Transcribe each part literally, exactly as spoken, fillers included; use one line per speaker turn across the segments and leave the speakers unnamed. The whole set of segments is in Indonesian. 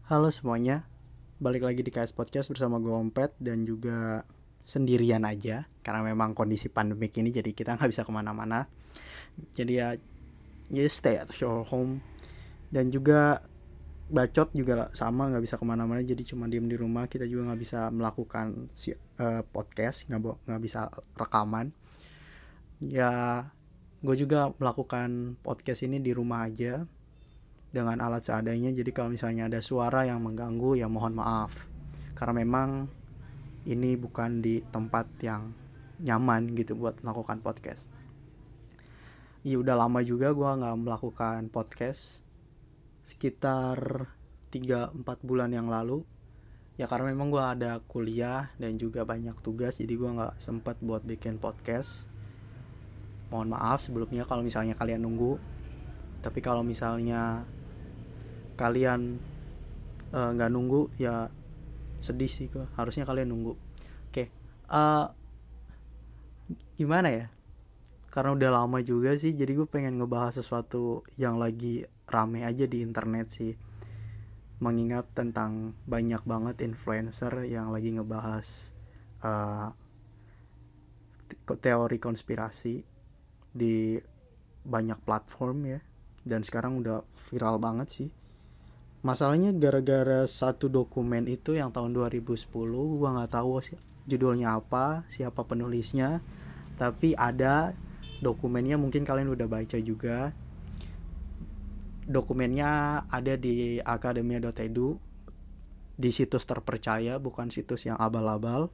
Halo semuanya, balik lagi di K S Podcast bersama gue Ompet dan juga sendirian aja karena memang kondisi pandemik ini jadi kita nggak bisa kemana-mana. Jadi ya, ya stay at your home dan juga bacot juga sama nggak bisa kemana-mana jadi cuma diem di rumah. Kita juga nggak bisa melakukan si, uh, podcast, nggak nggak bisa rekaman. Ya gue juga melakukan podcast ini di rumah aja dengan alat seadanya, jadi kalau misalnya ada suara yang mengganggu ya mohon maaf karena memang ini bukan di tempat yang nyaman gitu buat melakukan podcast. Ya udah lama juga gue nggak melakukan podcast, sekitar tiga empat bulan yang lalu ya, karena memang gue ada kuliah dan juga banyak tugas jadi gue nggak sempat buat bikin podcast. Mohon maaf sebelumnya kalau misalnya kalian nunggu, tapi kalau misalnya kalian nggak uh, nunggu ya sedih sih gue, harusnya kalian nunggu. Oke, uh, gimana ya, karena udah lama juga sih jadi gue pengen ngebahas sesuatu yang lagi rame aja di internet sih, mengingat tentang banyak banget influencer yang lagi ngebahas uh, teori konspirasi di banyak platform ya, dan sekarang udah viral banget sih. Masalahnya gara-gara satu dokumen itu yang tahun dua ribu sepuluh, gua nggak tahu sih judulnya apa, siapa penulisnya, tapi ada dokumennya, mungkin kalian udah baca juga. Dokumennya ada di akademia dot edu, di situs terpercaya, bukan situs yang abal-abal.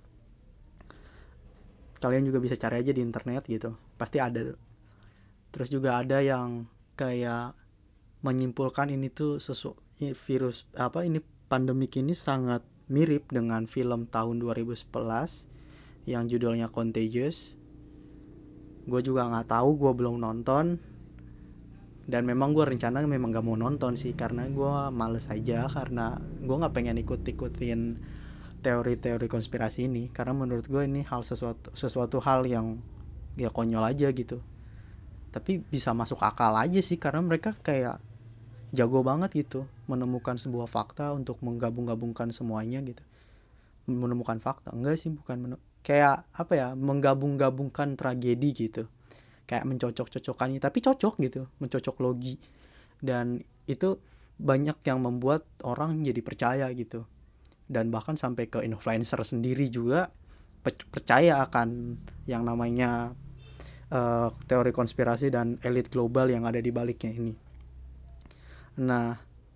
Kalian juga bisa cari aja di internet gitu, pasti ada. Terus juga ada yang kayak menyimpulkan ini tuh sesuatu virus apa ini pandemik ini sangat mirip dengan film tahun dua ribu sebelas yang judulnya Contagious. Gue juga nggak tahu, gue belum nonton, dan memang gue rencana memang gak mau nonton sih karena gue males aja, karena gue nggak pengen ikut-ikutin teori-teori konspirasi ini karena menurut gue ini hal sesuatu sesuatu hal yang ya konyol aja gitu, tapi bisa masuk akal aja sih karena mereka kayak jago banget gitu menemukan sebuah fakta untuk menggabung-gabungkan semuanya gitu. Menemukan fakta enggak sih, bukan menu- kayak apa ya, menggabung-gabungkan tragedi gitu, kayak mencocok-cocokannya tapi cocok gitu, mencocok logi, dan itu banyak yang membuat orang jadi percaya gitu, dan bahkan sampai ke influencer sendiri juga percaya akan yang namanya uh, teori konspirasi dan elit global yang ada di baliknya ini. Nah,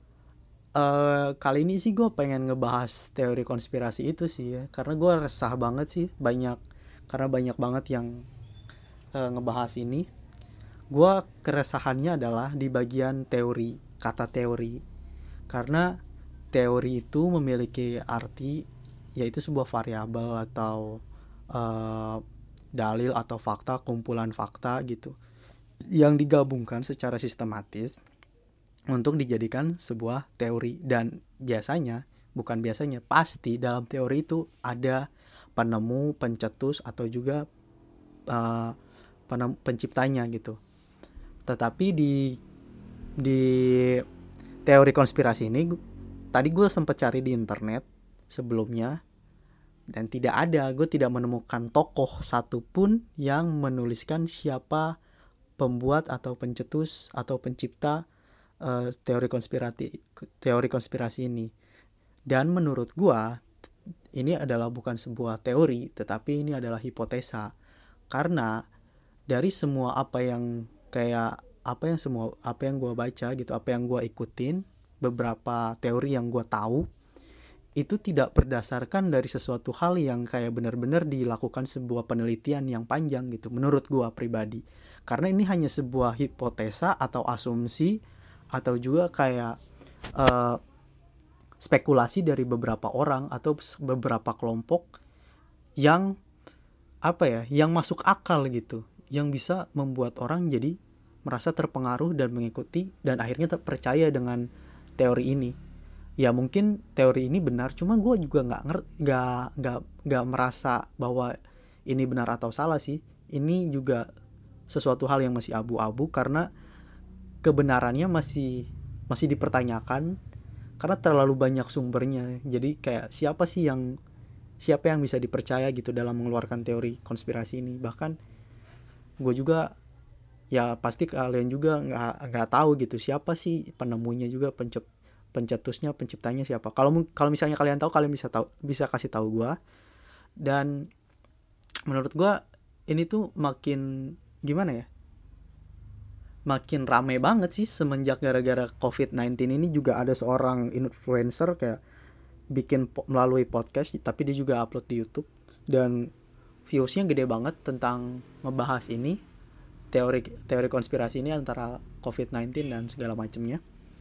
uh, kali ini sih gue pengen ngebahas teori konspirasi itu sih ya, karena gue resah banget sih, banyak karena banyak banget yang uh, ngebahas ini. Gue keresahannya adalah di bagian teori, kata teori, karena teori itu memiliki arti yaitu sebuah variabel atau uh, dalil atau fakta, kumpulan fakta gitu, yang digabungkan secara sistematis untuk dijadikan sebuah teori. Dan biasanya, bukan biasanya, pasti dalam teori itu ada penemu, pencetus, atau juga uh, penem, penciptanya gitu. Tetapi di di teori konspirasi ini, tadi gue sempat cari di internet sebelumnya dan tidak ada, gue tidak menemukan tokoh satupun yang menuliskan siapa pembuat atau pencetus atau pencipta Uh, teori konspirasi teori konspirasi ini. Dan menurut gua ini adalah bukan sebuah teori, tetapi ini adalah hipotesa, karena dari semua apa yang kayak apa yang semua apa yang gua baca gitu, apa yang gua ikutin, beberapa teori yang gua tahu itu tidak berdasarkan dari sesuatu hal yang kayak benar-benar dilakukan sebuah penelitian yang panjang gitu, menurut gua pribadi. Karena ini hanya sebuah hipotesa atau asumsi, atau juga kayak uh, spekulasi dari beberapa orang atau beberapa kelompok yang apa ya, yang masuk akal gitu, yang bisa membuat orang jadi merasa terpengaruh dan mengikuti dan akhirnya percaya dengan teori ini. Ya mungkin teori ini benar, cuma gue juga nggak ngerti, nggak nggak nggak merasa bahwa ini benar atau salah sih. Ini juga sesuatu hal yang masih abu-abu karena kebenarannya masih masih dipertanyakan, karena terlalu banyak sumbernya. Jadi kayak siapa sih yang siapa yang bisa dipercaya gitu dalam mengeluarkan teori konspirasi ini. Bahkan gue juga, ya pasti kalian juga nggak nggak tahu gitu siapa sih penemunya juga, pencep, pencetusnya, penciptanya siapa. Kalau kalau misalnya kalian tahu, kalian bisa tahu, bisa kasih tahu gue. Dan menurut gue ini tuh makin gimana ya, makin rame banget sih semenjak gara-gara covid sembilan belas ini. Juga ada seorang influencer kayak bikin po- melalui podcast, tapi dia juga upload di YouTube, dan viewsnya gede banget tentang membahas ini, teori teori konspirasi ini antara covid sembilan belas dan segala macamnya.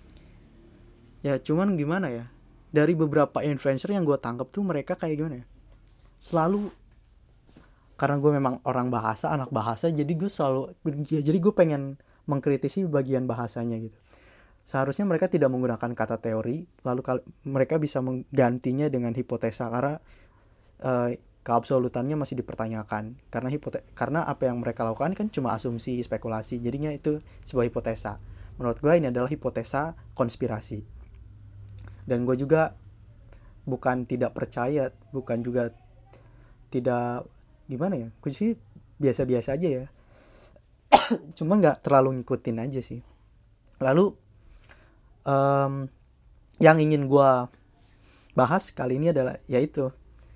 Ya cuman gimana ya, dari beberapa influencer yang gue tangkap tuh mereka kayak gimana ya, selalu, karena gue memang orang bahasa, anak bahasa, jadi gue selalu jadi gue pengen mengkritisi bagian bahasanya gitu. Seharusnya mereka tidak menggunakan kata teori, lalu kal- mereka bisa menggantinya dengan hipotesa, karena uh, keabsolutannya masih dipertanyakan. Karena hipote- karena apa yang mereka lakukan kan cuma asumsi, spekulasi, jadinya itu sebuah hipotesa. Menurut gue ini adalah hipotesa konspirasi. Dan gue juga bukan tidak percaya, bukan juga tidak gimana ya, gue sih biasa-biasa aja ya. Cuma nggak terlalu ngikutin aja sih. Lalu um, yang ingin gue bahas kali ini adalah yaitu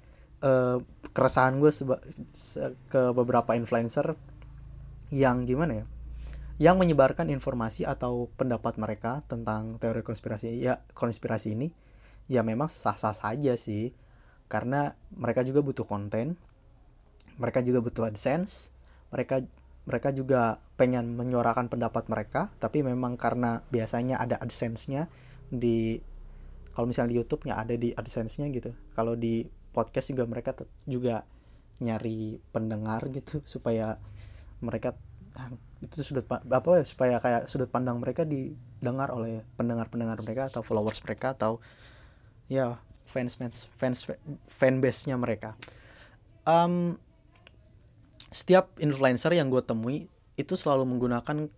uh, keresahan gue seba- se- ke beberapa influencer yang gimana ya, yang menyebarkan informasi atau pendapat mereka tentang teori konspirasi. Ya konspirasi ini ya memang sah-sah saja sih, karena mereka juga butuh konten, mereka juga butuh AdSense, mereka mereka juga pengen menyuarakan pendapat mereka, tapi memang karena biasanya ada AdSense-nya di, kalau misalnya di YouTube-nya ada di AdSense-nya gitu. Kalau di podcast juga mereka tet- juga nyari pendengar gitu supaya mereka itu sudut apa ya, supaya kayak sudut pandang mereka didengar oleh pendengar-pendengar mereka atau followers mereka atau ya fans fans fans fanbase-nya mereka. Um, setiap influencer yang gue temui itu selalu menggunakan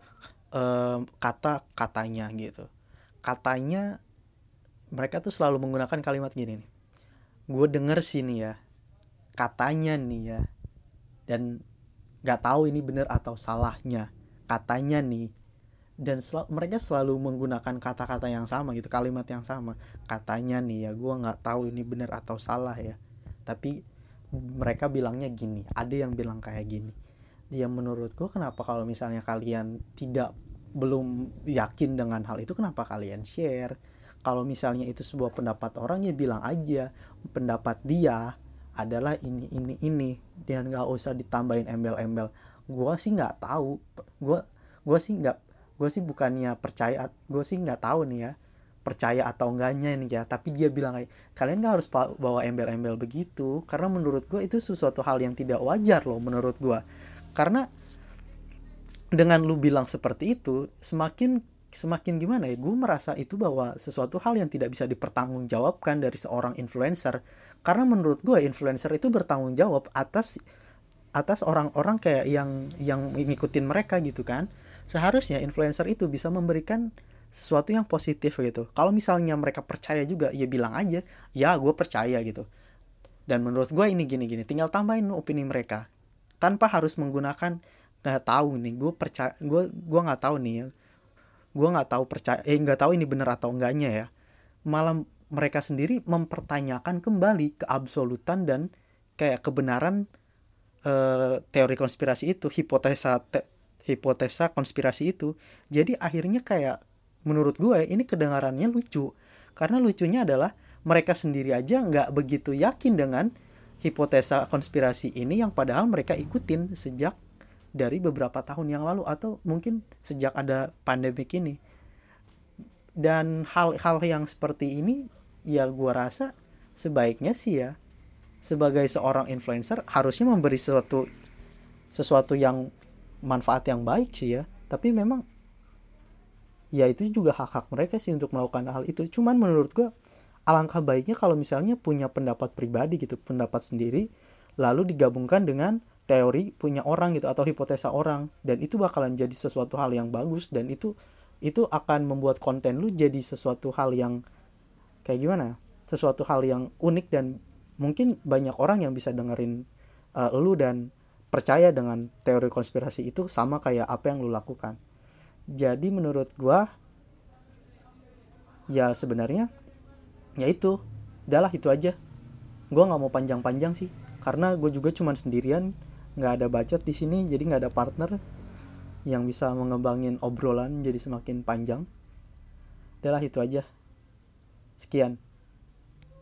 uh, kata-katanya gitu. Katanya mereka tuh selalu menggunakan kalimat gini nih. Gue denger sih nih ya, katanya nih ya, dan nggak tahu ini benar atau salahnya, katanya nih. Dan sel- mereka selalu menggunakan kata-kata yang sama gitu, kalimat yang sama, katanya nih ya, gue nggak tahu ini benar atau salah ya, tapi mereka bilangnya gini, ada yang bilang kayak gini. Ya menurut gue, kenapa kalau misalnya kalian tidak belum yakin dengan hal itu, kenapa kalian share? Kalau misalnya itu sebuah pendapat orang, ya bilang aja pendapat dia adalah ini ini ini, dan nggak usah ditambahin embel-embel. Gue sih nggak tahu, gue gue sih nggak gue sih bukannya percaya, gue sih nggak tahu nih ya, percaya atau enggaknya nih ya, tapi dia bilang kayak, kalian gak harus bawa embel-embel begitu, karena menurut gue itu sesuatu hal yang tidak wajar loh menurut gue. Karena dengan lu bilang seperti itu, semakin semakin gimana ya, gue merasa itu bahwa sesuatu hal yang tidak bisa dipertanggungjawabkan dari seorang influencer. Karena menurut gue influencer itu bertanggung jawab atas atas orang-orang kayak yang yang ngikutin mereka gitu kan. Seharusnya influencer itu bisa memberikan sesuatu yang positif gitu. Kalau misalnya mereka percaya juga, ya bilang aja, ya gue percaya gitu. Dan menurut gue ini gini-gini, tinggal tambahin opini mereka, tanpa harus menggunakan nggak tahu nih, gue percaya, gue gue nggak tahu nih ya, gue nggak tahu percaya, eh nggak tahu ini benar atau enggaknya ya. Malah mereka sendiri mempertanyakan kembali keabsolutan dan kayak kebenaran eh, teori konspirasi itu, hipotesa te, hipotesa konspirasi itu. Jadi akhirnya kayak menurut gue ini kedengarannya lucu, karena lucunya adalah mereka sendiri aja nggak begitu yakin dengan hipotesa konspirasi ini, yang padahal mereka ikutin sejak dari beberapa tahun yang lalu, atau mungkin sejak ada pandemik ini. Dan hal-hal yang seperti ini ya gue rasa sebaiknya sih ya, sebagai seorang influencer harusnya memberi sesuatu sesuatu yang manfaat yang baik sih ya. Tapi memang ya itu juga hak-hak mereka sih untuk melakukan hal itu. Cuman menurut gue alangkah baiknya kalau misalnya punya pendapat pribadi gitu, pendapat sendiri, lalu digabungkan dengan teori punya orang gitu atau hipotesa orang, dan itu bakalan jadi sesuatu hal yang bagus, dan itu itu akan membuat konten lu jadi sesuatu hal yang kayak gimana, sesuatu hal yang unik dan mungkin banyak orang yang bisa dengerin uh, lu dan percaya dengan teori konspirasi itu sama kayak apa yang lu lakukan. Jadi menurut gua ya sebenarnya ya itu udahlah itu aja. Gua nggak mau panjang-panjang sih karena gue juga cuman sendirian, nggak ada bacot di sini, jadi nggak ada partner yang bisa mengembangin obrolan jadi semakin panjang. Udahlah itu aja. Sekian.